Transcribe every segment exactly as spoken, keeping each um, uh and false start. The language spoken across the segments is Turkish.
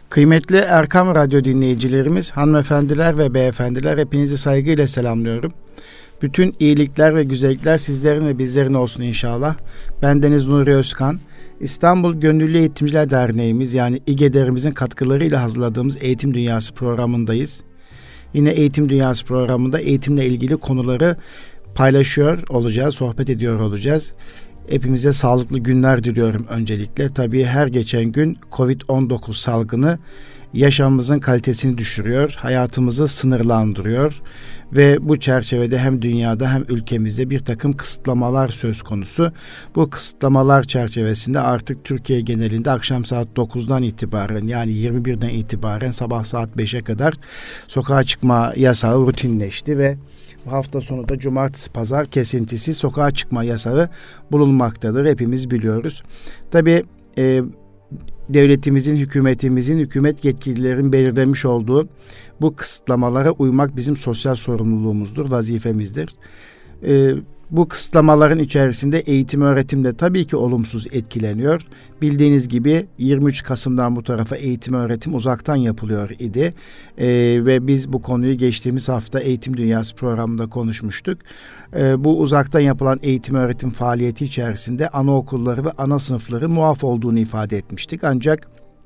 Kıymetli Erkam Radyo dinleyicilerimiz, hanımefendiler ve beyefendiler, hepinizi saygıyla selamlıyorum. Bütün iyilikler ve güzellikler sizlerin ve bizlerin olsun inşallah. Bendeniz Nuri Özkan. İstanbul Gönüllü Eğitimciler Derneğimiz yani İGEDER'imizin katkılarıyla hazırladığımız Eğitim Dünyası programındayız. Yine Eğitim Dünyası programında eğitimle ilgili konuları paylaşıyor olacağız, sohbet ediyor olacağız. Hepimize sağlıklı günler diliyorum öncelikle. Tabii her geçen gün kovid on dokuz salgını yaşamımızın kalitesini düşürüyor, hayatımızı sınırlandırıyor ve bu çerçevede hem dünyada hem ülkemizde bir takım kısıtlamalar söz konusu. Bu kısıtlamalar çerçevesinde artık Türkiye genelinde akşam saat dokuzdan itibaren yani yirmi birden itibaren sabah saat beşe kadar sokağa çıkma yasağı rutinleşti ve bu hafta sonu da cumartesi pazar kesintisiz sokağa çıkma yasağı bulunmaktadır. Hepimiz biliyoruz. Tabii e, devletimizin, hükümetimizin, hükümet yetkililerin belirlemiş olduğu bu kısıtlamalara uymak bizim sosyal sorumluluğumuzdur, vazifemizdir. E, bu kısıtlamaların içerisinde eğitim öğretim de tabii ki olumsuz etkileniyor. Bildiğiniz gibi yirmi üç Kasım'dan bu tarafa eğitim öğretim uzaktan yapılıyor idi. Ee, ve biz bu konuyu geçtiğimiz hafta Eğitim Dünyası programında konuşmuştuk. Ee, bu uzaktan yapılan eğitim öğretim faaliyeti içerisinde anaokulları ve ana sınıfları muaf olduğunu ifade etmiştik. Ancak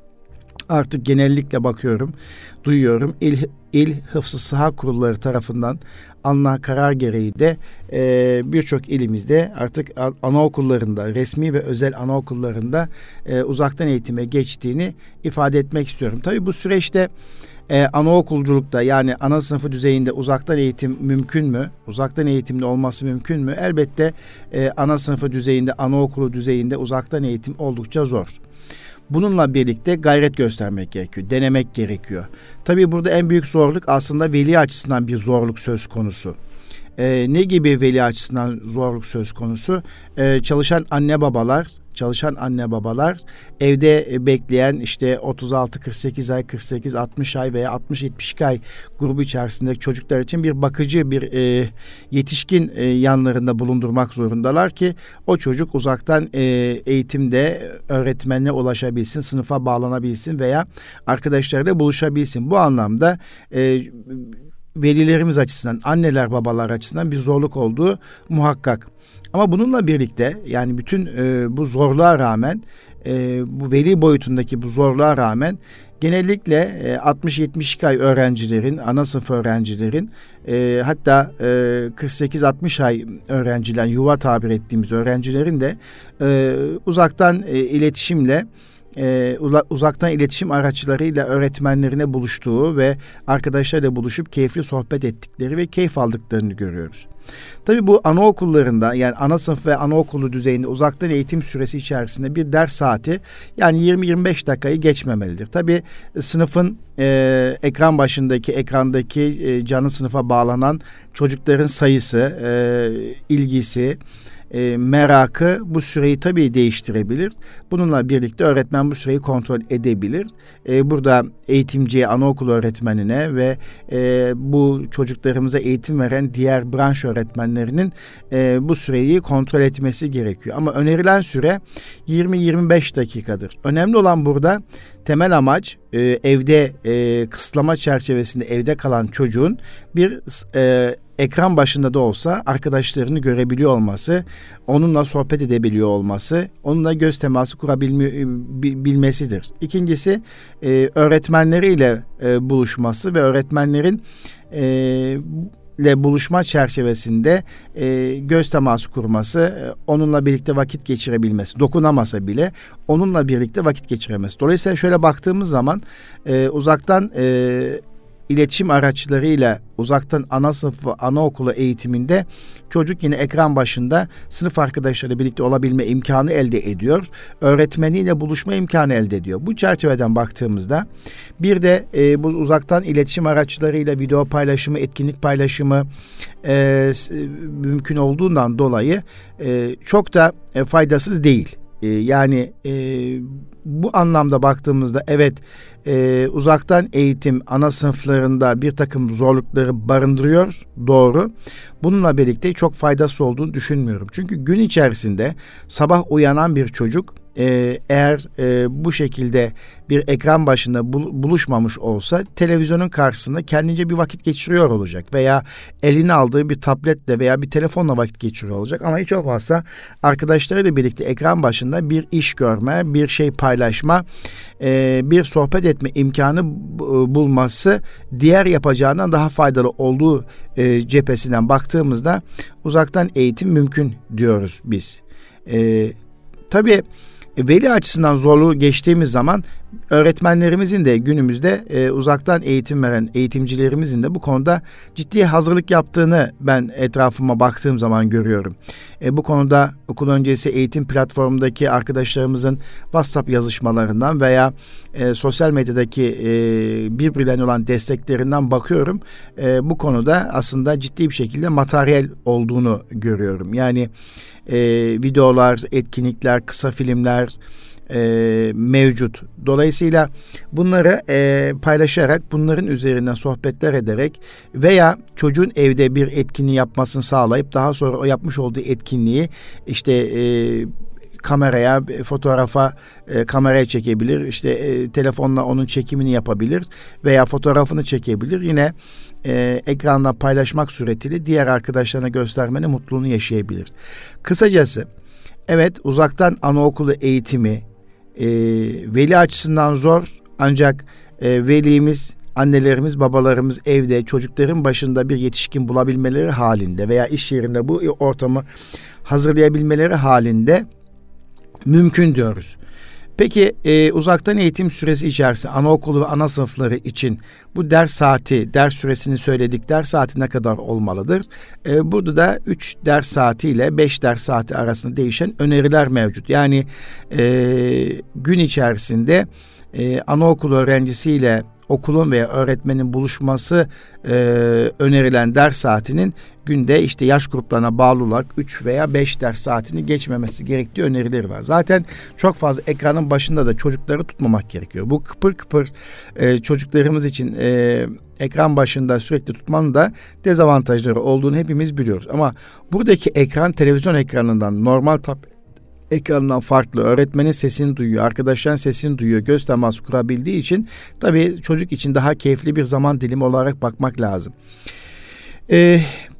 artık genellikle bakıyorum, duyuyorum il, il Hıfzı Sıha Kurulları tarafından alınan karar gereği de e, birçok ilimizde artık anaokullarında, resmi ve özel anaokullarında e, uzaktan eğitime geçtiğini ifade etmek istiyorum. Tabii bu süreçte Ee, anaokulculukta yani ana sınıfı düzeyinde uzaktan eğitim mümkün mü? Uzaktan eğitimde olması mümkün mü? Elbette e, ana sınıfı düzeyinde, anaokulu düzeyinde uzaktan eğitim oldukça zor. Bununla birlikte gayret göstermek gerekiyor, denemek gerekiyor. Tabii burada en büyük zorluk aslında veli açısından bir zorluk söz konusu. Ee, ne gibi veli açısından zorluk söz konusu? Ee, çalışan anne babalar, çalışan anne babalar evde bekleyen işte otuz altı kırk sekiz ay, kırk sekiz altmış ay veya altmış yetmiş iki ay grubu içerisindeki çocuklar için bir bakıcı, bir e, yetişkin e, yanlarında bulundurmak zorundalar ki o çocuk uzaktan e, eğitimde öğretmenine ulaşabilsin, sınıfa bağlanabilsin veya arkadaşlarıyla buluşabilsin. Bu anlamda e, velilerimiz açısından, anneler babalar açısından bir zorluk olduğu muhakkak. Ama bununla birlikte yani bütün e, bu zorluğa rağmen, e, bu veli boyutundaki bu zorluğa rağmen genellikle e, altmış yetmiş iki ay öğrencilerin, ana sınıf öğrencilerin e, hatta e, kırk sekiz altmış ay öğrencilerin, yuva tabir ettiğimiz öğrencilerin de e, uzaktan e, iletişimle Ee, uzaktan iletişim araçlarıyla öğretmenlerine buluştuğu ve arkadaşlarıyla buluşup keyifli sohbet ettikleri ve keyif aldıklarını görüyoruz. Tabii bu anaokullarında yani ana sınıf ve anaokulu düzeyinde uzaktan eğitim süresi içerisinde bir ders saati yani yirmi yirmi beş dakikayı geçmemelidir. Tabii sınıfın e, ekran başındaki, ekrandaki e, canlı sınıfa bağlanan çocukların sayısı, e, ilgisi, E, merakı bu süreyi tabii değiştirebilir. Bununla birlikte öğretmen bu süreyi kontrol edebilir. E, burada eğitimciye, anaokulu öğretmenine ve e, bu çocuklarımıza eğitim veren diğer branş öğretmenlerinin e, bu süreyi kontrol etmesi gerekiyor. Ama önerilen süre yirmi yirmi beş dakikadır. Önemli olan burada temel amaç e, evde e, kısıtlama çerçevesinde evde kalan çocuğun bir e, ekran başında da olsa arkadaşlarını görebiliyor olması, onunla sohbet edebiliyor olması, onunla göz teması kurabilmesidir. İkincisi e, öğretmenleriyle e, buluşması ve öğretmenlerin e, ile buluşma çerçevesinde e, göz teması kurması, e, onunla birlikte vakit geçirebilmesi, dokunamasa bile onunla birlikte vakit geçiremesi. Dolayısıyla şöyle baktığımız zaman e, uzaktan e, iletişim araçlarıyla uzaktan ana sınıf ve anaokulu eğitiminde çocuk yine ekran başında sınıf arkadaşlarıyla birlikte olabilme imkanı elde ediyor. Öğretmeniyle buluşma imkanı elde ediyor. Bu çerçeveden baktığımızda bir de e, bu uzaktan iletişim araçlarıyla video paylaşımı, etkinlik paylaşımı e, mümkün olduğundan dolayı e, çok da e, faydasız değil. E, yani e, bu anlamda baktığımızda evet e, uzaktan eğitim ana sınıflarında bir takım zorlukları barındırıyor, doğru. Bununla birlikte çok faydası olduğunu düşünmüyorum. Çünkü gün içerisinde sabah uyanan bir çocuk e, eğer e, bu şekilde bir ekran başında bul, buluşmamış olsa televizyonun karşısında kendince bir vakit geçiriyor olacak veya eline aldığı bir tabletle veya bir telefonla vakit geçiriyor olacak ama hiç olmazsa arkadaşlarıyla birlikte ekran başında bir iş görme, bir şey paylaşma, e, bir sohbet etme imkanı bulması diğer yapacağından daha faydalı olduğu e, cephesinden baktığımızda uzaktan eğitim mümkün diyoruz biz. E, tabii veli açısından zorluğu geçtiğimiz zaman öğretmenlerimizin de günümüzde e, uzaktan eğitim veren eğitimcilerimizin de bu konuda ciddi hazırlık yaptığını ben etrafıma baktığım zaman görüyorum. E, bu konuda okul öncesi eğitim platformundaki arkadaşlarımızın WhatsApp yazışmalarından veya e, sosyal medyadaki e, birbirlerine olan desteklerinden bakıyorum. E, bu konuda aslında ciddi bir şekilde materyal olduğunu görüyorum. Yani e, videolar, etkinlikler, kısa filmler E, mevcut. Dolayısıyla bunları e, paylaşarak, bunların üzerinden sohbetler ederek veya çocuğun evde bir etkinliği yapmasını sağlayıp daha sonra o yapmış olduğu etkinliği işte e, kameraya, fotoğrafa, e, kameraya çekebilir. İşte e, telefonla onun çekimini yapabilir veya fotoğrafını çekebilir. Yine e, ekranla paylaşmak suretiyle diğer arkadaşlarına göstermenin mutluluğunu yaşayabilir. Kısacası evet, uzaktan anaokulu eğitimi E, veli açısından zor ancak e, velimiz, annelerimiz, babalarımız evde çocukların başında bir yetişkin bulabilmeleri halinde veya iş yerinde bu ortamı hazırlayabilmeleri halinde mümkün diyoruz. Peki e, uzaktan eğitim süresi içerisinde anaokulu ve ana sınıfları için bu ders saati, ders süresini söyledik. Ders saati ne kadar olmalıdır? E, burada da üç ders saati ile beş ders saati arasında değişen öneriler mevcut. Yani e, gün içerisinde e, anaokulu öğrencisiyle okulun veya öğretmenin buluşması e, önerilen ders saatinin günde işte yaş gruplarına bağlı olarak üç veya beş ders saatini geçmemesi gerektiği önerileri var. Zaten çok fazla ekranın başında da çocukları tutmamak gerekiyor. Bu kıpır kıpır e, çocuklarımız için e, ekran başında sürekli tutmanın da dezavantajları olduğunu hepimiz biliyoruz. Ama buradaki ekran televizyon ekranından, normal tab ekranından farklı. Öğretmenin sesini duyuyor, arkadaşların sesini duyuyor, göz teması kurabildiği için tabii çocuk için daha keyifli bir zaman dilimi olarak bakmak lazım. Ee,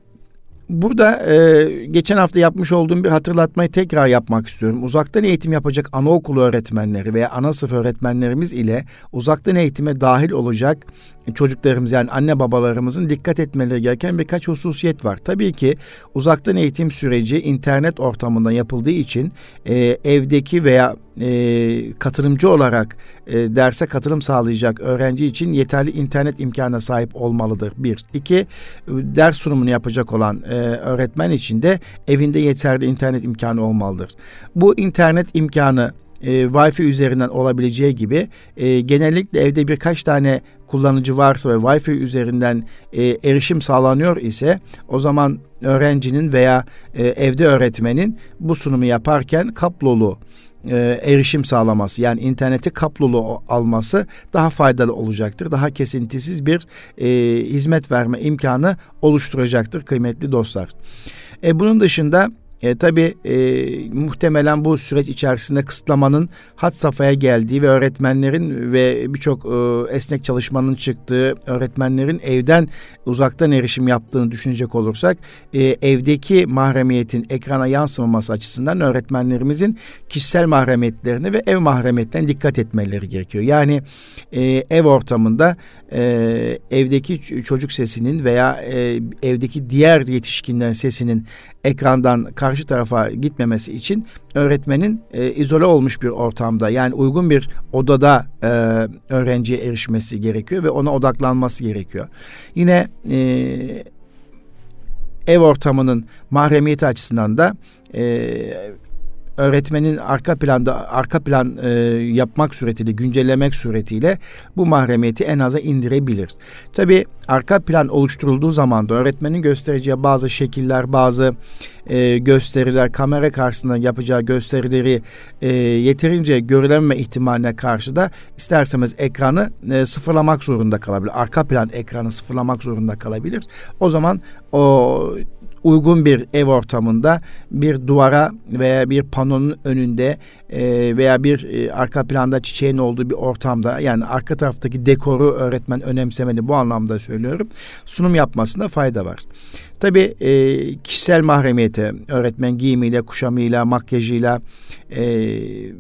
Burada e, geçen hafta yapmış olduğum bir hatırlatmayı tekrar yapmak istiyorum. Uzaktan eğitim yapacak anaokulu öğretmenleri veya ana sınıf öğretmenlerimiz ile uzaktan eğitime dahil olacak çocuklarımız, yani anne babalarımızın dikkat etmeleri gereken birkaç hususiyet var. Tabii ki uzaktan eğitim süreci internet ortamında yapıldığı için e, evdeki veya e, katılımcı olarak e, derse katılım sağlayacak öğrenci için yeterli internet imkanına sahip olmalıdır. Bir. İki, ders sunumunu yapacak olan e, öğretmen için de evinde yeterli internet imkanı olmalıdır. Bu internet imkanı e, Wi-Fi üzerinden olabileceği gibi e, genellikle evde birkaç tane kullanıcı varsa ve Wi-Fi üzerinden e, erişim sağlanıyor ise o zaman öğrencinin veya e, evde öğretmenin bu sunumu yaparken kablolu e, erişim sağlaması, yani interneti kablolu alması daha faydalı olacaktır. Daha kesintisiz bir e, hizmet verme imkanı oluşturacaktır kıymetli dostlar. E, bunun dışında E, tabii e, muhtemelen bu süreç içerisinde kısıtlamanın had safhaya geldiği ve öğretmenlerin ve birçok e, esnek çalışmanın çıktığı, öğretmenlerin evden uzaktan erişim yaptığını düşünecek olursak e, evdeki mahremiyetin ekrana yansımaması açısından öğretmenlerimizin kişisel mahremiyetlerine ve ev mahremiyetlerine dikkat etmeleri gerekiyor. Yani e, ev ortamında e, evdeki çocuk sesinin veya e, evdeki diğer yetişkinlerin sesinin ekrandan karşı tarafa gitmemesi için öğretmenin e, izole olmuş bir ortamda, yani uygun bir odada e, öğrenciye erişmesi gerekiyor ve ona odaklanması gerekiyor. Yine e, ev ortamının mahremiyeti açısından da e, öğretmenin arka planda arka plan e, yapmak suretiyle, güncellemek suretiyle bu mahremiyeti en aza indirebilir. Tabii arka plan oluşturulduğu zaman da öğretmenin göstereceği bazı şekiller, bazı e, gösteriler, kamera karşısında yapacağı gösterileri e, yeterince görülememe ihtimaline karşı da isterseniz ekranı e, sıfırlamak zorunda kalabilir. Arka plan ekranı sıfırlamak zorunda kalabilir. O zaman o uygun bir ev ortamında bir duvara veya bir panonun önünde e, veya bir e, arka planda çiçeğin olduğu bir ortamda, yani arka taraftaki dekoru öğretmen önemsemeli, bu anlamda söylüyorum. Sunum yapmasında fayda var. Tabii e, kişisel mahremiyete öğretmen giyimiyle, kuşamıyla, makyajıyla, e,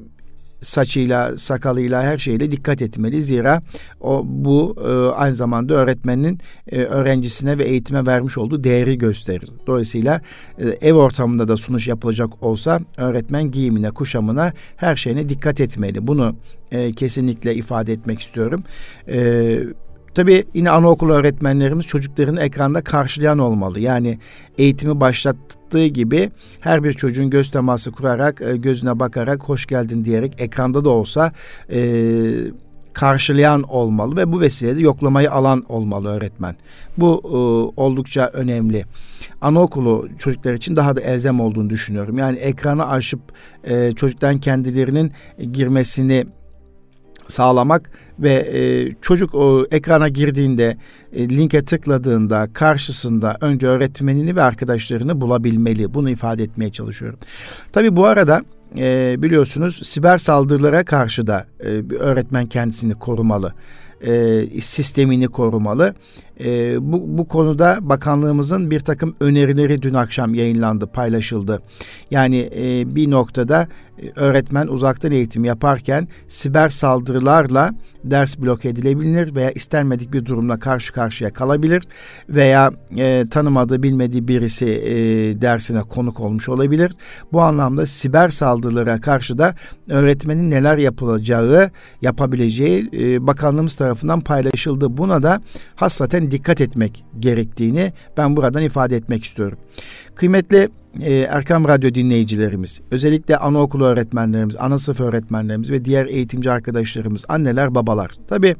saçıyla, sakalıyla, her şeyle dikkat etmeli. Zira o bu e, aynı zamanda öğretmenin e, öğrencisine ve eğitime vermiş olduğu değeri gösterir. Dolayısıyla e, ev ortamında da sunuş yapılacak olsa öğretmen giyimine, kuşamına, her şeyine dikkat etmeli. Bunu e, kesinlikle ifade etmek istiyorum. E, Tabii yine anaokulu öğretmenlerimiz çocuklarını ekranda karşılayan olmalı. Yani eğitimi başlattığı gibi her bir çocuğun göz teması kurarak, gözüne bakarak, hoş geldin diyerek, ekranda da olsa e, karşılayan olmalı ve bu vesileyle yoklamayı alan olmalı öğretmen. Bu e, oldukça önemli. Anaokulu çocuklar için daha da elzem olduğunu düşünüyorum. Yani ekranı aşıp e, çocukların kendilerinin girmesini sağlamak ve e, çocuk o ekrana girdiğinde, e, linke tıkladığında karşısında önce öğretmenini ve arkadaşlarını bulabilmeli. Bunu ifade etmeye çalışıyorum. Tabii bu arada e, biliyorsunuz siber saldırılara karşı da e, bir öğretmen kendisini korumalı. E, sistemini korumalı. E, bu, bu konuda bakanlığımızın bir takım önerileri dün akşam yayınlandı, paylaşıldı. Yani e, bir noktada e, öğretmen uzaktan eğitim yaparken siber saldırılarla ders bloke edilebilir veya istenmedik bir durumla karşı karşıya kalabilir veya e, tanımadığı, bilmediği birisi e, dersine konuk olmuş olabilir. Bu anlamda siber saldırılara karşı da öğretmenin neler yapılacağı, yapabileceği e, bakanlığımız tarafından paylaşıldı. Buna da hassaten dikkat etmek gerektiğini ben buradan ifade etmek istiyorum. Kıymetli e, Erkam Radyo dinleyicilerimiz, özellikle anaokulu öğretmenlerimiz, ana sınıf öğretmenlerimiz ve diğer eğitimci arkadaşlarımız, anneler, babalar. Tabii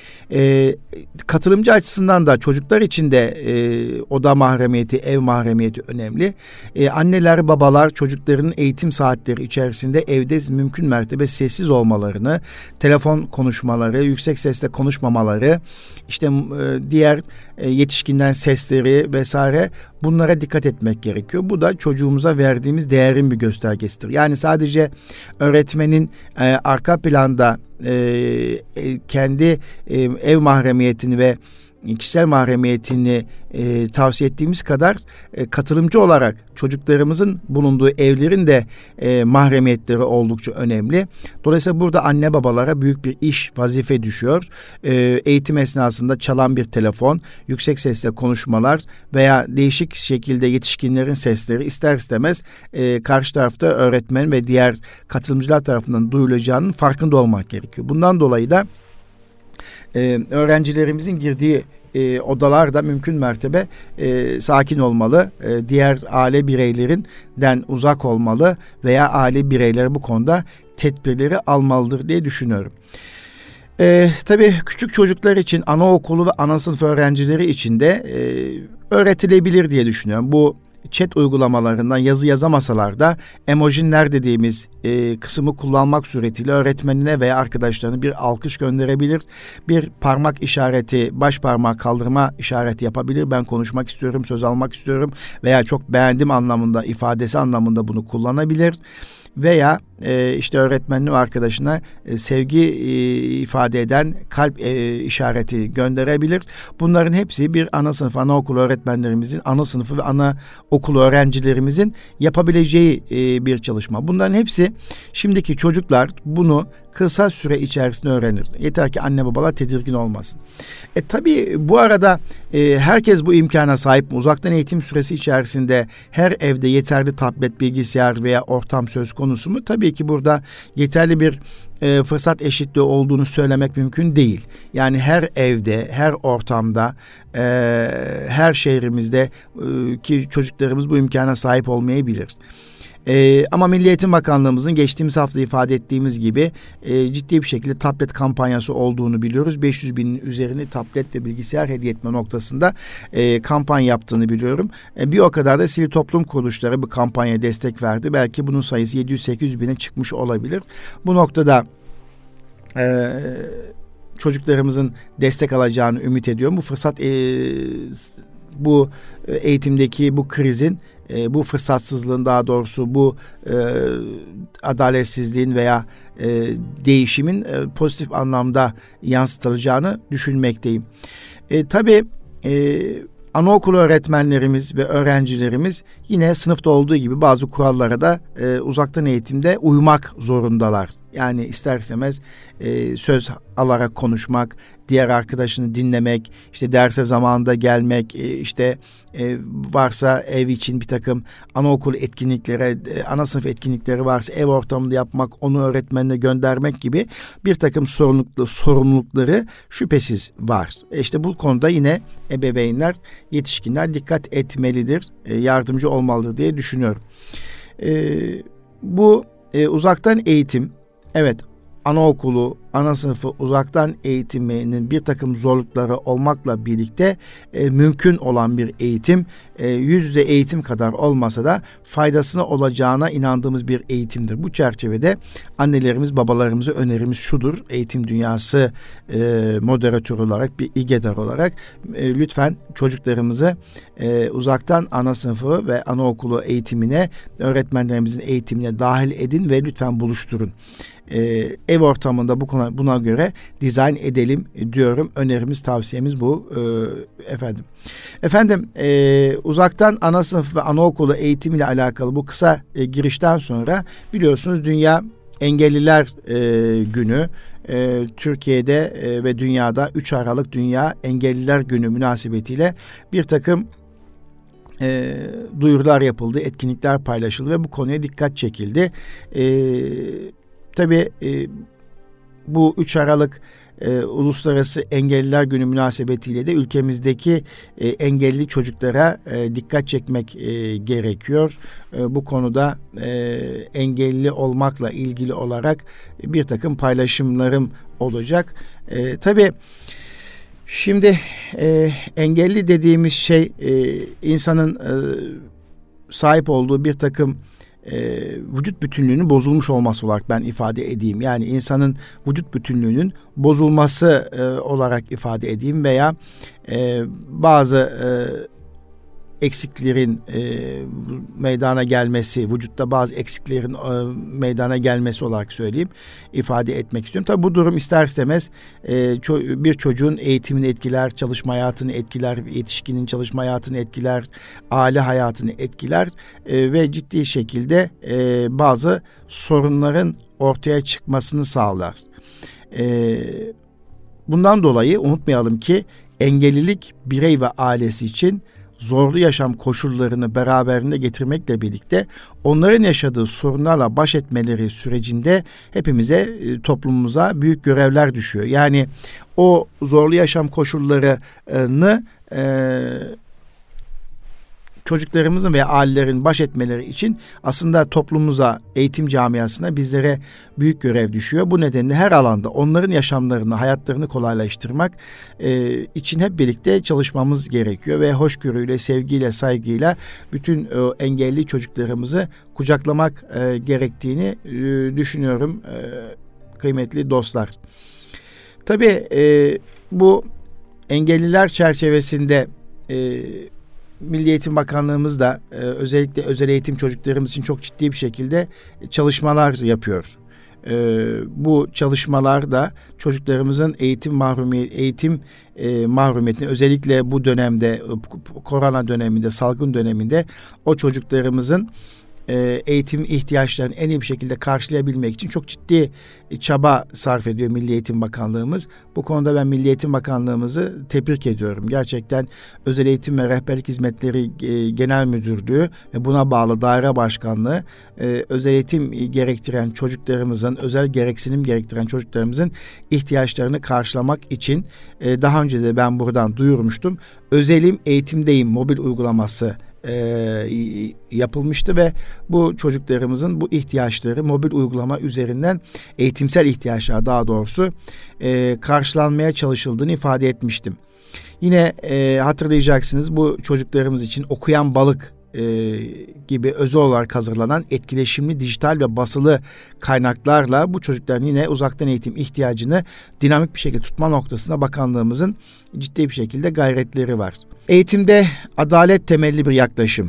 E, katılımcı açısından da çocuklar için de e, oda mahremiyeti, ev mahremiyeti önemli. E, anneler, babalar çocukların eğitim saatleri içerisinde evde mümkün mertebe sessiz olmalarını, telefon konuşmaları, yüksek sesle konuşmamaları, işte e, diğer e, yetişkinden sesleri vesaire, bunlara dikkat etmek gerekiyor. Bu da çocuğumuza verdiğimiz değerin bir göstergesidir. Yani sadece öğretmenin e, arka planda e, e, kendi e, ev mahremiyetini ve kişisel mahremiyetini e, tavsiye ettiğimiz kadar e, katılımcı olarak çocuklarımızın bulunduğu evlerin de e, mahremiyetleri oldukça önemli. Dolayısıyla burada anne babalara büyük bir iş, vazife düşüyor. E, eğitim esnasında çalan bir telefon, yüksek sesle konuşmalar veya değişik şekilde yetişkinlerin sesleri ister istemez e, karşı tarafta öğretmen ve diğer katılımcılar tarafından duyulacağının farkında olmak gerekiyor. Bundan dolayı da Ee, öğrencilerimizin girdiği e, odalarda mümkün mertebe e, sakin olmalı. E, diğer aile bireylerinden uzak olmalı veya aile bireyleri bu konuda tedbirleri almalıdır diye düşünüyorum. E, tabii küçük çocuklar için, anaokulu ve ana sınıf öğrencileri için de e, öğretilebilir diye düşünüyorum. Bu chat uygulamalarından yazı yazamasalar da emojinler dediğimiz e, kısmı kullanmak suretiyle öğretmenine veya arkadaşlarına bir alkış gönderebilir. Bir parmak işareti, baş parmağı kaldırma işareti yapabilir. Ben konuşmak istiyorum, söz almak istiyorum veya çok beğendim anlamında, ifadesi anlamında bunu kullanabilir. Veya e, işte öğretmenine ve arkadaşına e, sevgi e, ifade eden kalp e, işareti gönderebilir. Bunların hepsi bir ana sınıf, anaokulu öğretmenlerimizin, ana sınıfı ve anaokulu öğrencilerimizin yapabileceği e, bir çalışma. Bunların hepsi, şimdiki çocuklar bunu kısa süre içerisinde öğrenir. Yeter ki anne babalar tedirgin olmasın. E tabii bu arada e, herkes bu imkana sahip mi? Uzaktan eğitim süresi içerisinde her evde yeterli tablet, bilgisayar veya ortam söz konusu mu? Tabii ki burada yeterli bir e, fırsat eşitliği olduğunu söylemek mümkün değil. Yani her evde, her ortamda, e, her şehrimizde e, ki çocuklarımız bu imkana sahip olmayabilir. Ee, ama Milli Eğitim Bakanlığımızın geçtiğimiz hafta ifade ettiğimiz gibi e, ciddi bir şekilde tablet kampanyası olduğunu biliyoruz. beş yüz binin üzerini tablet ve bilgisayar hediye etme noktasında e, kampanya yaptığını biliyorum. E, bir o kadar da sivil toplum kuruluşları bu kampanyaya destek verdi. Belki bunun sayısı yedi yüz sekiz yüz bine çıkmış olabilir. Bu noktada e, çocuklarımızın destek alacağını ümit ediyorum. Bu fırsat e, bu e, eğitimdeki bu krizin, e, bu fırsatsızlığın, daha doğrusu bu e, adaletsizliğin veya e, değişimin e, pozitif anlamda yansıtılacağını düşünmekteyim. E, tabii e, anaokulu öğretmenlerimiz ve öğrencilerimiz yine sınıfta olduğu gibi bazı kurallara da e, uzaktan eğitimde uymak zorundalar. Yani ister istemez e, söz alarak konuşmak, diğer arkadaşını dinlemek, işte derse zamanında gelmek, e, işte e, varsa ev için bir takım anaokulu etkinliklere, e, ana sınıf etkinlikleri varsa ev ortamında yapmak, onu öğretmenine göndermek gibi bir takım sorumluluklu, sorumlulukları şüphesiz var. E işte bu konuda yine ebeveynler, yetişkinler dikkat etmelidir, e, yardımcı olmalıdır diye düşünüyorum. E, bu e, uzaktan eğitim, evet, anaokulu, ana sınıfı uzaktan eğitiminin bir takım zorlukları olmakla birlikte e, mümkün olan bir eğitim, e, yüz yüze eğitim kadar olmasa da faydasına olacağına inandığımız bir eğitimdir. Bu çerçevede annelerimiz, babalarımıza önerimiz şudur: eğitim dünyası e, moderatörü olarak, bir İGEDAR olarak e, lütfen çocuklarımızı e, uzaktan ana sınıfı ve anaokulu eğitimine, öğretmenlerimizin eğitimine dahil edin ve lütfen buluşturun. Ee, ev ortamında bu konu, buna göre dizayn edelim diyorum. Önerimiz, tavsiyemiz bu ee, efendim. Efendim e, uzaktan ana sınıf ve anaokulu eğitimiyle alakalı bu kısa e, girişten sonra biliyorsunuz Dünya Engelliler e, Günü. E, Türkiye'de e, ve dünyada üç Aralık Dünya Engelliler Günü münasebetiyle bir takım E, duyurular yapıldı, etkinlikler paylaşıldı ve bu konuya dikkat çekildi. E, Tabii e, bu üç Aralık e, Uluslararası Engelliler Günü münasebetiyle de ülkemizdeki e, engelli çocuklara e, dikkat çekmek e, gerekiyor. E, bu konuda e, engelli olmakla ilgili olarak bir takım paylaşımlarım olacak. E, tabii şimdi e, engelli dediğimiz şey e, insanın e, sahip olduğu bir takım E, vücut bütünlüğünün bozulmuş olması olarak ben ifade edeyim. Yani insanın vücut bütünlüğünün bozulması e, olarak ifade edeyim veya e, bazı e, eksiklerin e, meydana gelmesi, vücutta bazı eksiklerin e, meydana gelmesi olarak söyleyeyim, ifade etmek istiyorum. Tabii bu durum ister istemez e, ço- bir çocuğun eğitimini etkiler, çalışma hayatını etkiler, yetişkinin çalışma hayatını etkiler, aile hayatını etkiler e, ve ciddi şekilde e, bazı sorunların ortaya çıkmasını sağlar. E, bundan dolayı unutmayalım ki engellilik birey ve ailesi için zorlu yaşam koşullarını beraberinde getirmekle birlikte onların yaşadığı sorunlarla baş etmeleri sürecinde hepimize, toplumumuza büyük görevler düşüyor. Yani o zorlu yaşam koşullarını e, çocuklarımızın veya ailelerin baş etmeleri için aslında toplumumuza, eğitim camiasına, bizlere büyük görev düşüyor. Bu nedenle her alanda onların yaşamlarını, hayatlarını kolaylaştırmak e, için hep birlikte çalışmamız gerekiyor ve hoşgörüyle, sevgiyle, saygıyla bütün e, engelli çocuklarımızı kucaklamak e, gerektiğini e, düşünüyorum e, kıymetli dostlar. Tabii e, bu engelliler çerçevesinde e, Milli Eğitim Bakanlığımız da e, özellikle özel eğitim çocuklarımız için çok ciddi bir şekilde çalışmalar yapıyor. E, bu çalışmalar da çocuklarımızın eğitim mahrumiyet, eğitim e, mahrumiyetini, özellikle bu dönemde, korona döneminde, salgın döneminde o çocuklarımızın eğitim ihtiyaçlarını en iyi bir şekilde karşılayabilmek için çok ciddi çaba sarf ediyor Milli Eğitim Bakanlığımız. Bu konuda ben Milli Eğitim Bakanlığımızı tebrik ediyorum. Gerçekten Özel Eğitim ve Rehberlik Hizmetleri Genel Müdürlüğü ve buna bağlı daire başkanlığı özel eğitim gerektiren çocuklarımızın, özel gereksinim gerektiren çocuklarımızın ihtiyaçlarını karşılamak için daha önce de ben buradan duyurmuştum. Özelim Eğitimdeyim mobil uygulaması E, yapılmıştı ve bu çocuklarımızın bu ihtiyaçları mobil uygulama üzerinden, eğitimsel ihtiyaçlar daha doğrusu e, karşılanmaya çalışıldığını ifade etmiştim. Yine e, hatırlayacaksınız, bu çocuklarımız için Okuyan Balık e, gibi özel olarak hazırlanan etkileşimli dijital ve basılı kaynaklarla bu çocukların yine uzaktan eğitim ihtiyacını dinamik bir şekilde tutma noktasına bakanlığımızın ciddi bir şekilde gayretleri var. Eğitimde adalet temelli bir yaklaşım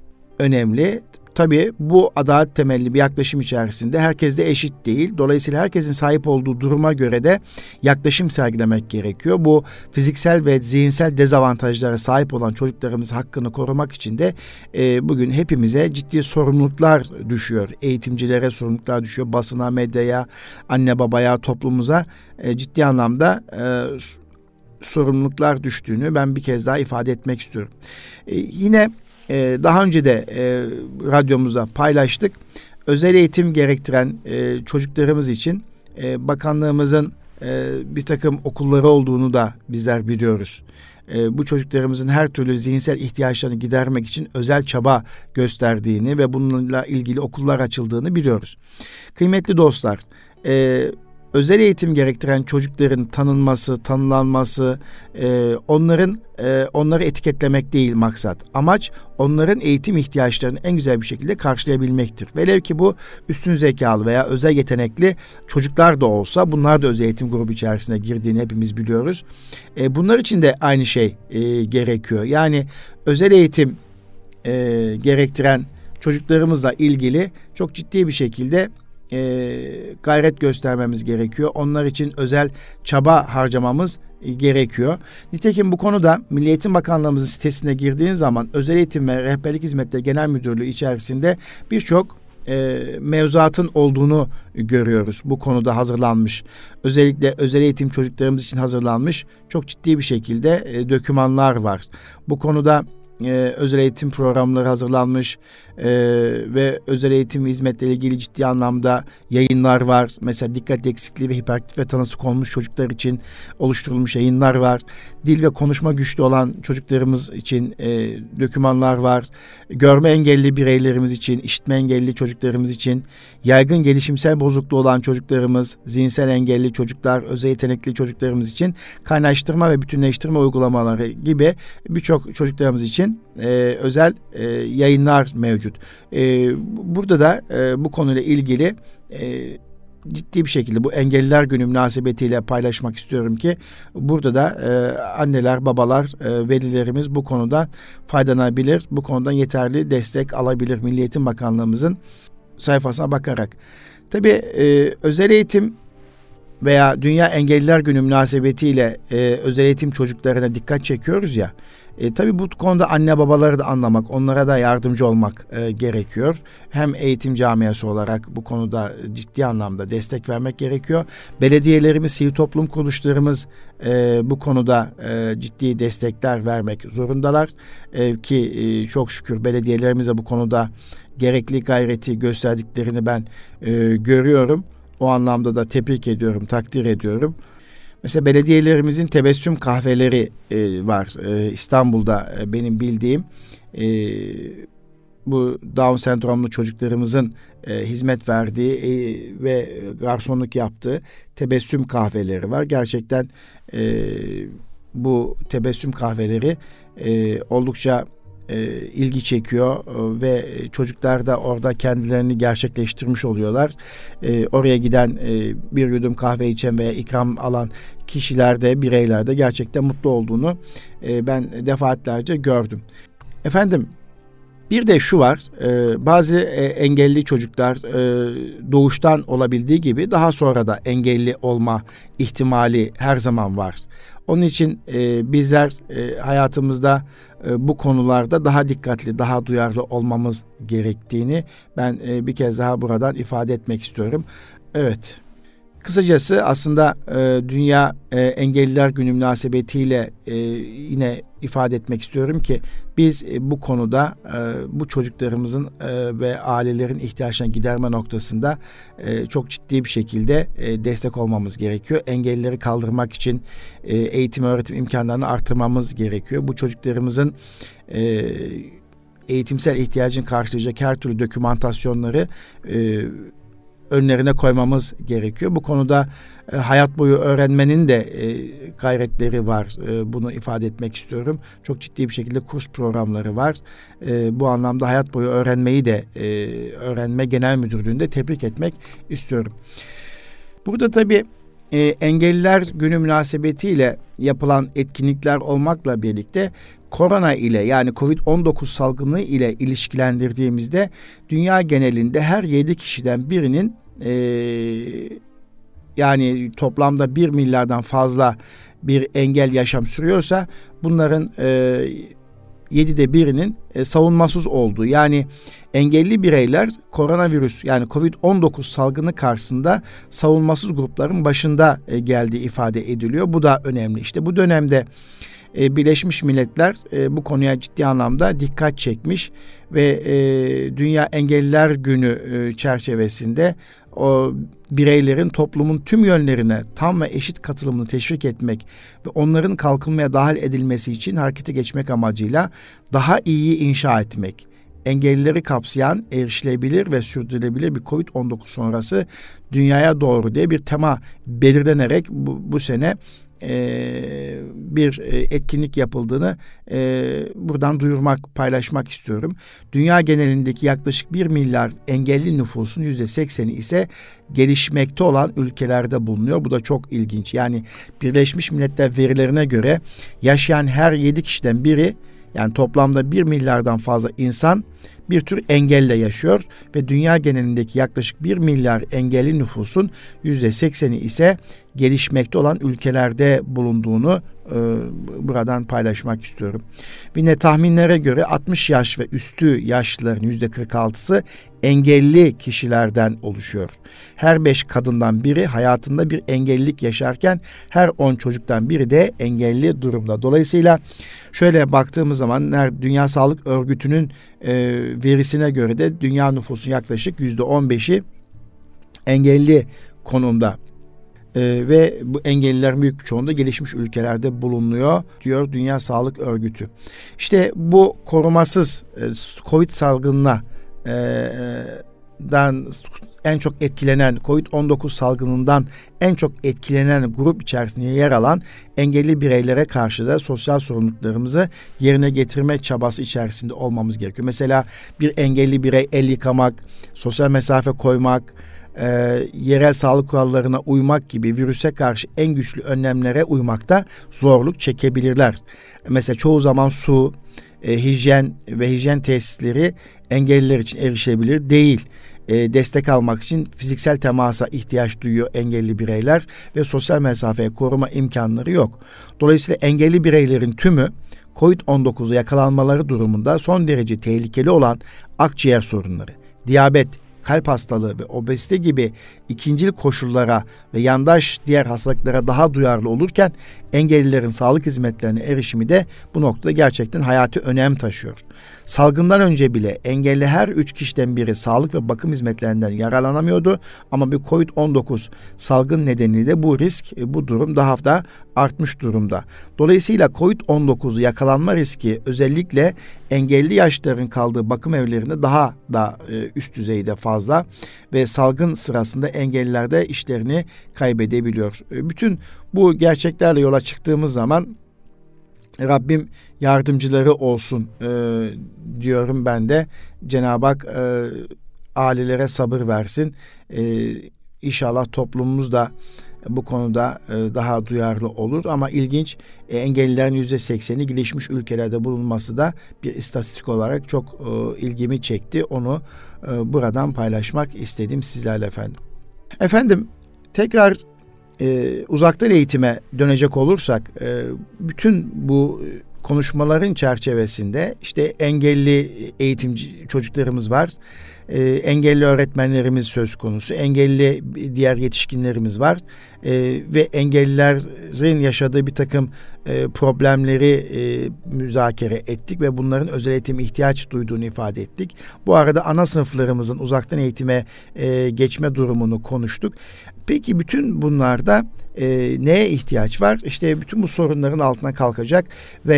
önemli. Tabii bu adalet temelli bir yaklaşım içerisinde herkes de eşit değil. Dolayısıyla herkesin sahip olduğu duruma göre de yaklaşım sergilemek gerekiyor. Bu fiziksel ve zihinsel dezavantajlara sahip olan çocuklarımızın hakkını korumak için de e, bugün hepimize ciddi sorumluluklar düşüyor. Eğitimcilere sorumluluklar düşüyor. Basına, medyaya, anne babaya, toplumumuza e, ciddi anlamda e, sorumluluklar düştüğünü ben bir kez daha ifade etmek istiyorum. E, yine Ee, daha önce de e, radyomuzda paylaştık. Özel eğitim gerektiren e, çocuklarımız için e, bakanlığımızın e, bir takım okulları olduğunu da bizler biliyoruz. E, bu çocuklarımızın her türlü zihinsel ihtiyaçlarını gidermek için özel çaba gösterdiğini ve bununla ilgili okullar açıldığını biliyoruz. Kıymetli dostlar, e, özel eğitim gerektiren çocukların tanınması, tanılanması, e, onların e, onları etiketlemek değil maksat. Amaç onların eğitim ihtiyaçlarını en güzel bir şekilde karşılayabilmektir. Velev ki bu üstün zekalı veya özel yetenekli çocuklar da olsa bunlar da özel eğitim grubu içerisine girdiğini hepimiz biliyoruz. E, bunlar için de aynı şey e, gerekiyor. Yani özel eğitim e, gerektiren çocuklarımızla ilgili çok ciddi bir şekilde E, gayret göstermemiz gerekiyor. Onlar için özel çaba harcamamız e, gerekiyor. Nitekim bu konuda Milli Eğitim Bakanlığımızın sitesine girdiğiniz zaman Özel Eğitim ve Rehberlik Hizmetleri Genel Müdürlüğü içerisinde birçok e, mevzuatın olduğunu görüyoruz. Bu konuda hazırlanmış. Özellikle özel eğitim çocuklarımız için hazırlanmış çok ciddi bir şekilde e, dokümanlar var. Bu konuda e, özel eğitim programları hazırlanmış. Ee, ve özel eğitim hizmetleriyle ilgili ciddi anlamda yayınlar var. Mesela dikkat eksikliği ve hiperaktif ve tanısı konmuş çocuklar için oluşturulmuş yayınlar var. Dil ve konuşma güçlü olan çocuklarımız için e, dokümanlar var. Görme engelli bireylerimiz için, işitme engelli çocuklarımız için, yaygın gelişimsel bozukluğu olan çocuklarımız, zihinsel engelli çocuklar, özel yetenekli çocuklarımız için kaynaştırma ve bütünleştirme uygulamaları gibi birçok çocuklarımız için e, özel e, yayınlar mevcut. Ee, burada da e, bu konuyla ilgili e, ciddi bir şekilde bu Engelliler Günü münasebetiyle paylaşmak istiyorum ki burada da e, anneler, babalar, e, velilerimiz bu konuda faydalanabilir. Bu konudan yeterli destek alabilir Milli Eğitim Bakanlığımızın sayfasına bakarak. Tabii e, özel eğitim veya Dünya Engelliler Günü münasebetiyle e, özel eğitim çocuklarına dikkat çekiyoruz ya. E, tabii bu konuda anne babaları da anlamak, onlara da yardımcı olmak e, gerekiyor. Hem eğitim camiası olarak bu konuda ciddi anlamda destek vermek gerekiyor. Belediyelerimiz, sivil toplum kuruluşlarımız e, bu konuda e, ciddi destekler vermek zorundalar. E, ki e, çok şükür belediyelerimiz de bu konuda gerekli gayreti gösterdiklerini ben e, görüyorum. O anlamda da tebrik ediyorum, takdir ediyorum. Mesela belediyelerimizin tebessüm kahveleri e, var. E, İstanbul'da e, benim bildiğim e, bu Down sendromlu çocuklarımızın e, hizmet verdiği e, ve garsonluk yaptığı tebessüm kahveleri var. Gerçekten e, bu tebessüm kahveleri e, oldukça e, ilgi çekiyor e, ve çocuklar da orada kendilerini gerçekleştirmiş oluyorlar. E, oraya giden e, bir yudum kahve içen veya ikram alan kişilerde, bireylerde gerçekten mutlu olduğunu e, ben defaatlerce gördüm. Efendim, bir de şu var, e, bazı e, engelli çocuklar e, doğuştan olabildiği gibi daha sonra da engelli olma ihtimali her zaman var. Onun için e, bizler e, hayatımızda e, bu konularda daha dikkatli, daha duyarlı olmamız gerektiğini ben e, bir kez daha buradan ifade etmek istiyorum. Evet. Kısacası aslında e, Dünya e, Engelliler Günü münasebetiyle e, yine ifade etmek istiyorum ki biz e, bu konuda e, bu çocuklarımızın e, ve ailelerin ihtiyaçlarını giderme noktasında e, çok ciddi bir şekilde e, destek olmamız gerekiyor. Engellileri kaldırmak için e, eğitim öğretim imkanlarını artırmamız gerekiyor. Bu çocuklarımızın e, eğitimsel ihtiyacını karşılayacak her türlü dokümantasyonları e, önlerine koymamız gerekiyor. Bu konuda e, hayat boyu öğrenmenin de e, gayretleri var. E, bunu ifade etmek istiyorum. Çok ciddi bir şekilde kurs programları var. E, bu anlamda hayat boyu öğrenmeyi de e, Öğrenme Genel Müdürlüğü'nde tebrik etmek istiyorum. Burada tabii e, Engelliler Günü münasebetiyle yapılan etkinlikler olmakla birlikte korona ile yani kovid on dokuz salgını ile ilişkilendirdiğimizde dünya genelinde her yedi kişiden birinin e, yani toplamda bir milyardan fazla bir engel yaşam sürüyorsa bunların e, yedide birinin e, savunmasız olduğu, yani engelli bireyler koronavirüs yani kovid on dokuz salgını karşısında savunmasız grupların başında e, geldiği ifade ediliyor. Bu da önemli. İşte bu dönemde e, Birleşmiş Milletler e, bu konuya ciddi anlamda dikkat çekmiş ve e, Dünya Engelliler Günü e, çerçevesinde o bireylerin toplumun tüm yönlerine tam ve eşit katılımını teşvik etmek ve onların kalkınmaya dahil edilmesi için harekete geçmek amacıyla daha iyi inşa etmek, engellileri kapsayan erişilebilir ve sürdürülebilir bir kovid on dokuz sonrası dünyaya doğru diye bir tema belirlenerek bu, bu sene Ee, bir etkinlik yapıldığını e, buradan duyurmak, paylaşmak istiyorum. Dünya genelindeki yaklaşık bir milyar engelli nüfusun yüzde sekseni ise gelişmekte olan ülkelerde bulunuyor. Bu da çok ilginç. Yani Birleşmiş Milletler verilerine göre yaşayan her yedi kişiden biri, yani toplamda bir milyardan fazla insan bir tür engelle yaşıyor ve dünya genelindeki yaklaşık bir milyar engelli nüfusun yüzde sekseni ise gelişmekte olan ülkelerde bulunduğunu e, buradan paylaşmak istiyorum. Yine tahminlere göre altmış yaş ve üstü yaşlıların yüzde kırk altısı engelli kişilerden oluşuyor. Her beş kadından biri hayatında bir engellilik yaşarken her on çocuktan biri de engelli durumda. Dolayısıyla şöyle baktığımız zaman Dünya Sağlık Örgütü'nün e, verisine göre de dünya nüfusunun yaklaşık yüzde on beşi engelli konumda. Ee, ve bu engelliler büyük bir çoğunda gelişmiş ülkelerde bulunuyor diyor Dünya Sağlık Örgütü. İşte bu korumasız e, Covid salgınına e, dan en çok etkilenen kovid on dokuz salgınından en çok etkilenen grup içerisinde yer alan engelli bireylere karşı da sosyal sorumluluklarımızı yerine getirme çabası içerisinde olmamız gerekiyor. Mesela bir engelli birey el yıkamak, sosyal mesafe koymak, E, yerel sağlık kurallarına uymak gibi virüse karşı en güçlü önlemlere uymakta zorluk çekebilirler. Mesela çoğu zaman su, e, hijyen ve hijyen tesisleri engelliler için erişilebilir değil. E, destek almak için fiziksel temasa ihtiyaç duyuyor engelli bireyler ve sosyal mesafeye koruma imkanları yok. Dolayısıyla engelli bireylerin tümü kovid on dokuza yakalanmaları durumunda son derece tehlikeli olan akciğer sorunları, diyabet, kalp hastalığı ve obezite gibi ikincil koşullara ve yandaş diğer hastalıklara daha duyarlı olurken engellilerin sağlık hizmetlerine erişimi de bu noktada gerçekten hayati önem taşıyor. Salgından önce bile engelli her üç kişiden biri sağlık ve bakım hizmetlerinden yararlanamıyordu ama bir kovid on dokuz salgın nedeniyle bu risk, bu durum daha da artmış durumda. Dolayısıyla kovid on dokuzu yakalanma riski özellikle engelli yaşlıların kaldığı bakım evlerinde daha da üst düzeyde fazla ve salgın sırasında engelliler de işlerini kaybedebiliyor. Bütün bu gerçeklerle yola çıktığımız zaman Rabbim yardımcıları olsun e, diyorum ben de. Cenab-ı Hak e, ailelere sabır versin. E, İnşallah toplumumuz da bu konuda e, daha duyarlı olur. Ama ilginç, e, engellilerin yüzde sekseni gelişmiş ülkelerde bulunması da bir istatistik olarak çok e, ilgimi çekti. Onu e, buradan paylaşmak istedim sizlerle efendim. Efendim tekrar e, uzaktan eğitime dönecek olursak e, bütün bu konuşmaların çerçevesinde işte engelli eğitimci çocuklarımız var. E, engelli öğretmenlerimiz söz konusu, engelli diğer yetişkinlerimiz var e, ve engellilerin yaşadığı bir takım e, problemleri e, müzakere ettik ve bunların özel eğitime ihtiyaç duyduğunu ifade ettik. Bu arada ana sınıflarımızın uzaktan eğitime e, geçme durumunu konuştuk. Peki bütün bunlarda e, neye ihtiyaç var? İşte bütün bu sorunların altına kalkacak veya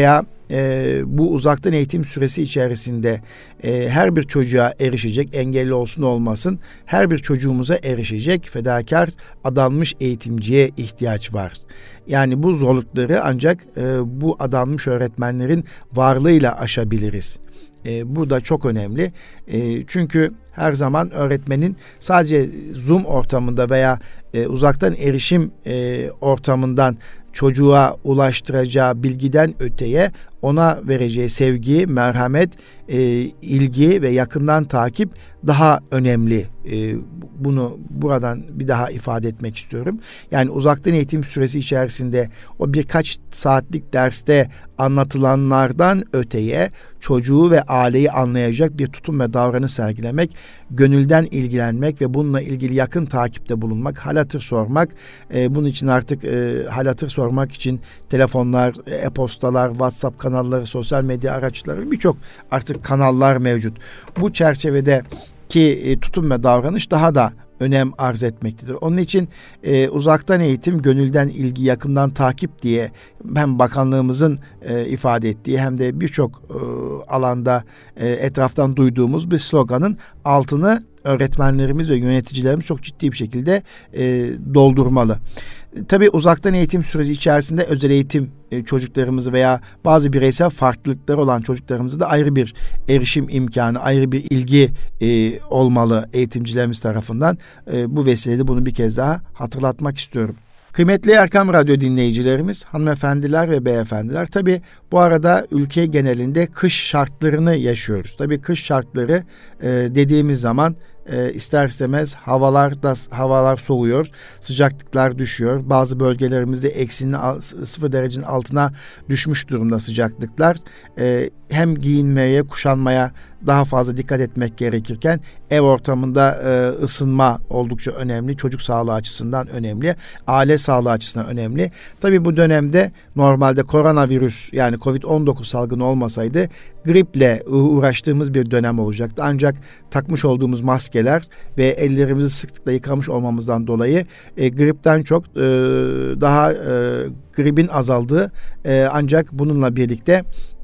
e, bu uzaktan eğitim süresi içerisinde e, her bir çocuğa erişecek, engelli olsun olmasın, her bir çocuğumuza erişecek fedakar, adanmış eğitimciye ihtiyaç var. Yani bu zorlukları ancak e, bu adanmış öğretmenlerin varlığıyla aşabiliriz. E, bu da çok önemli. E, çünkü her zaman öğretmenin sadece Zoom ortamında veya e, uzaktan erişim e, ortamından çocuğa ulaştıracağı bilgiden öteye ona vereceği sevgi, merhamet, e, ilgi ve yakından takip daha önemli. E, bunu buradan bir daha ifade etmek istiyorum. Yani uzaktan eğitim süresi içerisinde o birkaç saatlik derste anlatılanlardan öteye çocuğu ve aileyi anlayacak bir tutum ve davranış sergilemek, gönülden ilgilenmek ve bununla ilgili yakın takipte bulunmak, hal hatır sormak, e, bunun için artık e, hal hatır sormak için telefonlar, e-postalar, WhatsApp kanalları, sosyal medya araçları, birçok artık kanallar mevcut. Bu çerçevedeki e, tutum ve davranış daha da önem arz etmektedir. Onun için e, uzaktan eğitim, gönülden ilgi, yakından takip diye hem bakanlığımızın e, ifade ettiği hem de birçok e, alanda e, etraftan duyduğumuz bir sloganın altını öğretmenlerimiz ve yöneticilerimiz çok ciddi bir şekilde e, doldurmalı. Tabii uzaktan eğitim süresi içerisinde özel eğitim e, çocuklarımızı veya bazı bireysel farklılıkları olan çocuklarımızı da ayrı bir erişim imkanı, ayrı bir ilgi e, olmalı eğitimcilerimiz tarafından. E, bu vesileyle bunu bir kez daha hatırlatmak istiyorum. Kıymetli Erkam Radyo dinleyicilerimiz, hanımefendiler ve beyefendiler, tabii bu arada ülke genelinde kış şartlarını yaşıyoruz. Tabii kış şartları e, dediğimiz zaman e, ister istemez havalar da havalar soğuyor, sıcaklıklar düşüyor. Bazı bölgelerimizde eksinin sıfır derecenin altına düşmüş durumda sıcaklıklar. E, hem giyinmeye, kuşanmaya daha fazla dikkat etmek gerekirken ev ortamında e, ısınma oldukça önemli. Çocuk sağlığı açısından önemli. Aile sağlığı açısından önemli. Tabii bu dönemde normalde koronavirüs yani kovid on dokuz salgını olmasaydı griple uğraştığımız bir dönem olacaktı. Ancak takmış olduğumuz maskeler ve ellerimizi sıklıkla yıkamış olmamızdan dolayı e, gripten çok e, daha e, gripin azaldığı e, ancak bununla birlikte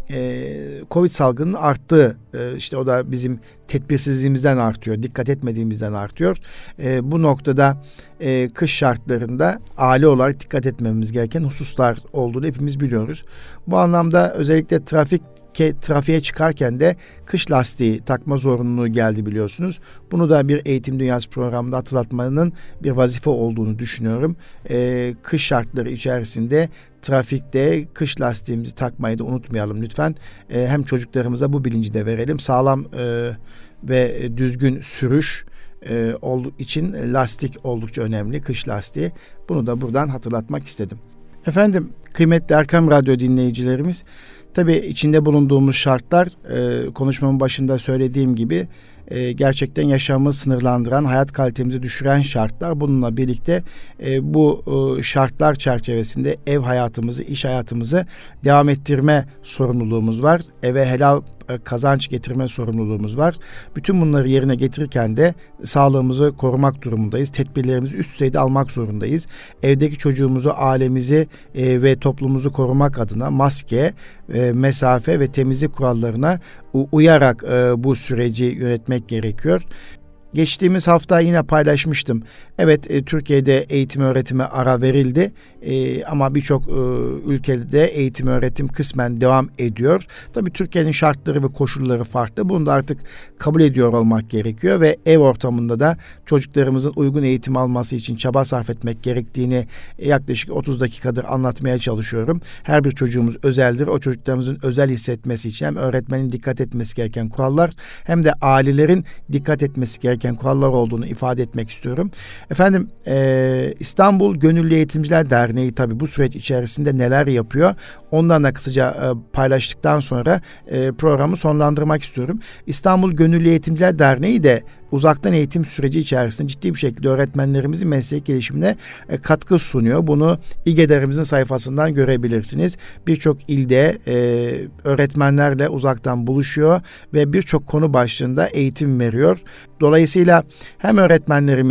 Ee, Covid salgının arttığı, e, işte o da bizim tedbirsizliğimizden artıyor, dikkat etmediğimizden artıyor. E, bu noktada e, kış şartlarında aile olarak dikkat etmemiz gereken hususlar olduğunu hepimiz biliyoruz. Bu anlamda özellikle trafik trafiğe çıkarken de kış lastiği takma zorunluluğu geldi biliyorsunuz. Bunu da bir Eğitim Dünyası programında hatırlatmanın bir vazife olduğunu düşünüyorum. Ee, kış şartları içerisinde trafikte kış lastiğimizi takmayı da unutmayalım lütfen. Ee, hem çocuklarımıza bu bilinci de verelim. Sağlam e, ve düzgün sürüş e, olduğu için lastik oldukça önemli, kış lastiği. Bunu da buradan hatırlatmak istedim. Efendim, kıymetli Erkam Radyo dinleyicilerimiz, tabii içinde bulunduğumuz şartlar e, konuşmamın başında söylediğim gibi e, gerçekten yaşamımızı sınırlandıran, hayat kalitemizi düşüren şartlar. Bununla birlikte e, bu e, şartlar çerçevesinde ev hayatımızı, iş hayatımızı devam ettirme sorumluluğumuz var. Eve helal e, kazanç getirme sorumluluğumuz var. Bütün bunları yerine getirirken de sağlığımızı korumak durumundayız. Tedbirlerimizi üst düzeyde almak zorundayız. Evdeki çocuğumuzu, ailemizi e, ve toplumumuzu korumak adına maske, e, mesafe ve temizlik kurallarına uyarak e, bu süreci yönetmek gerekiyor. Geçtiğimiz hafta yine paylaşmıştım. Evet, e, Türkiye'de eğitim öğretime ara verildi. E, ama birçok e, ülkede eğitim öğretim kısmen devam ediyor. Tabii Türkiye'nin şartları ve koşulları farklı. Bunu da artık kabul ediyor olmak gerekiyor ve ev ortamında da çocuklarımızın uygun eğitim alması için çaba sarf etmek gerektiğini e, yaklaşık otuz dakikadır anlatmaya çalışıyorum. Her bir çocuğumuz özeldir. O çocuklarımızın özel hissetmesi için hem öğretmenin dikkat etmesi gereken kurallar hem de ailelerin dikkat etmesi gereken kurallar olduğunu ifade etmek istiyorum. Efendim, e, İstanbul Gönüllü Eğitimciler Derneği tabii bu süreç içerisinde neler yapıyor? Ondan da kısaca e, paylaştıktan sonra e, programı sonlandırmak istiyorum. İstanbul Gönüllü Eğitimciler Derneği de uzaktan eğitim süreci içerisinde ciddi bir şekilde öğretmenlerimizin meslek gelişimine e, katkı sunuyor. Bunu İGEDER'imizin sayfasından görebilirsiniz. Birçok ilde e, öğretmenlerle uzaktan buluşuyor ve birçok konu başlığında eğitim veriyor. Dolayısıyla hem öğretmenlerimiz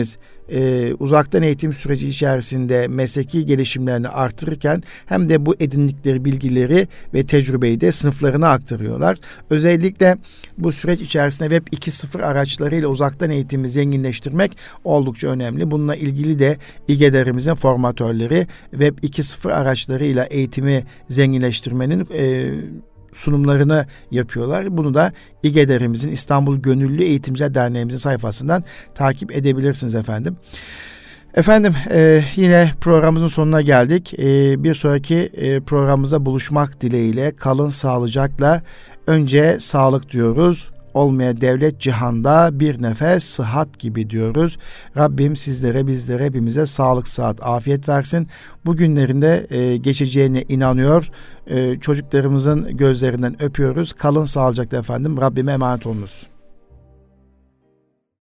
e, uzaktan eğitim süreci içerisinde mesleki gelişimlerini artırırken hem de bu edindikleri bilgileri ve tecrübeyi de sınıflarına aktarıyorlar. Özellikle bu süreç içerisinde Web iki nokta sıfır araçlarıyla uzaktan eğitimi zenginleştirmek oldukça önemli. Bununla ilgili de İGEDER'imizin formatörleri Web iki nokta sıfır araçlarıyla eğitimi zenginleştirmenin e, sunumlarını yapıyorlar. Bunu da İGEDER'imizin İstanbul Gönüllü Eğitimciler Derneğimizin sayfasından takip edebilirsiniz efendim. Efendim e, yine programımızın sonuna geldik. E, bir sonraki e, programımıza buluşmak dileğiyle kalın sağlıcakla. Önce sağlık diyoruz. Olmaya devlet cihanda bir nefes sıhhat gibi diyoruz. Rabbim sizlere, bizlere, hepimize sağlık, sıhhat, afiyet versin. Bu günlerinde e, geçeceğine inanıyor. E, çocuklarımızın gözlerinden öpüyoruz. Kalın sağlıcakla efendim. Rabbime emanet olunuz.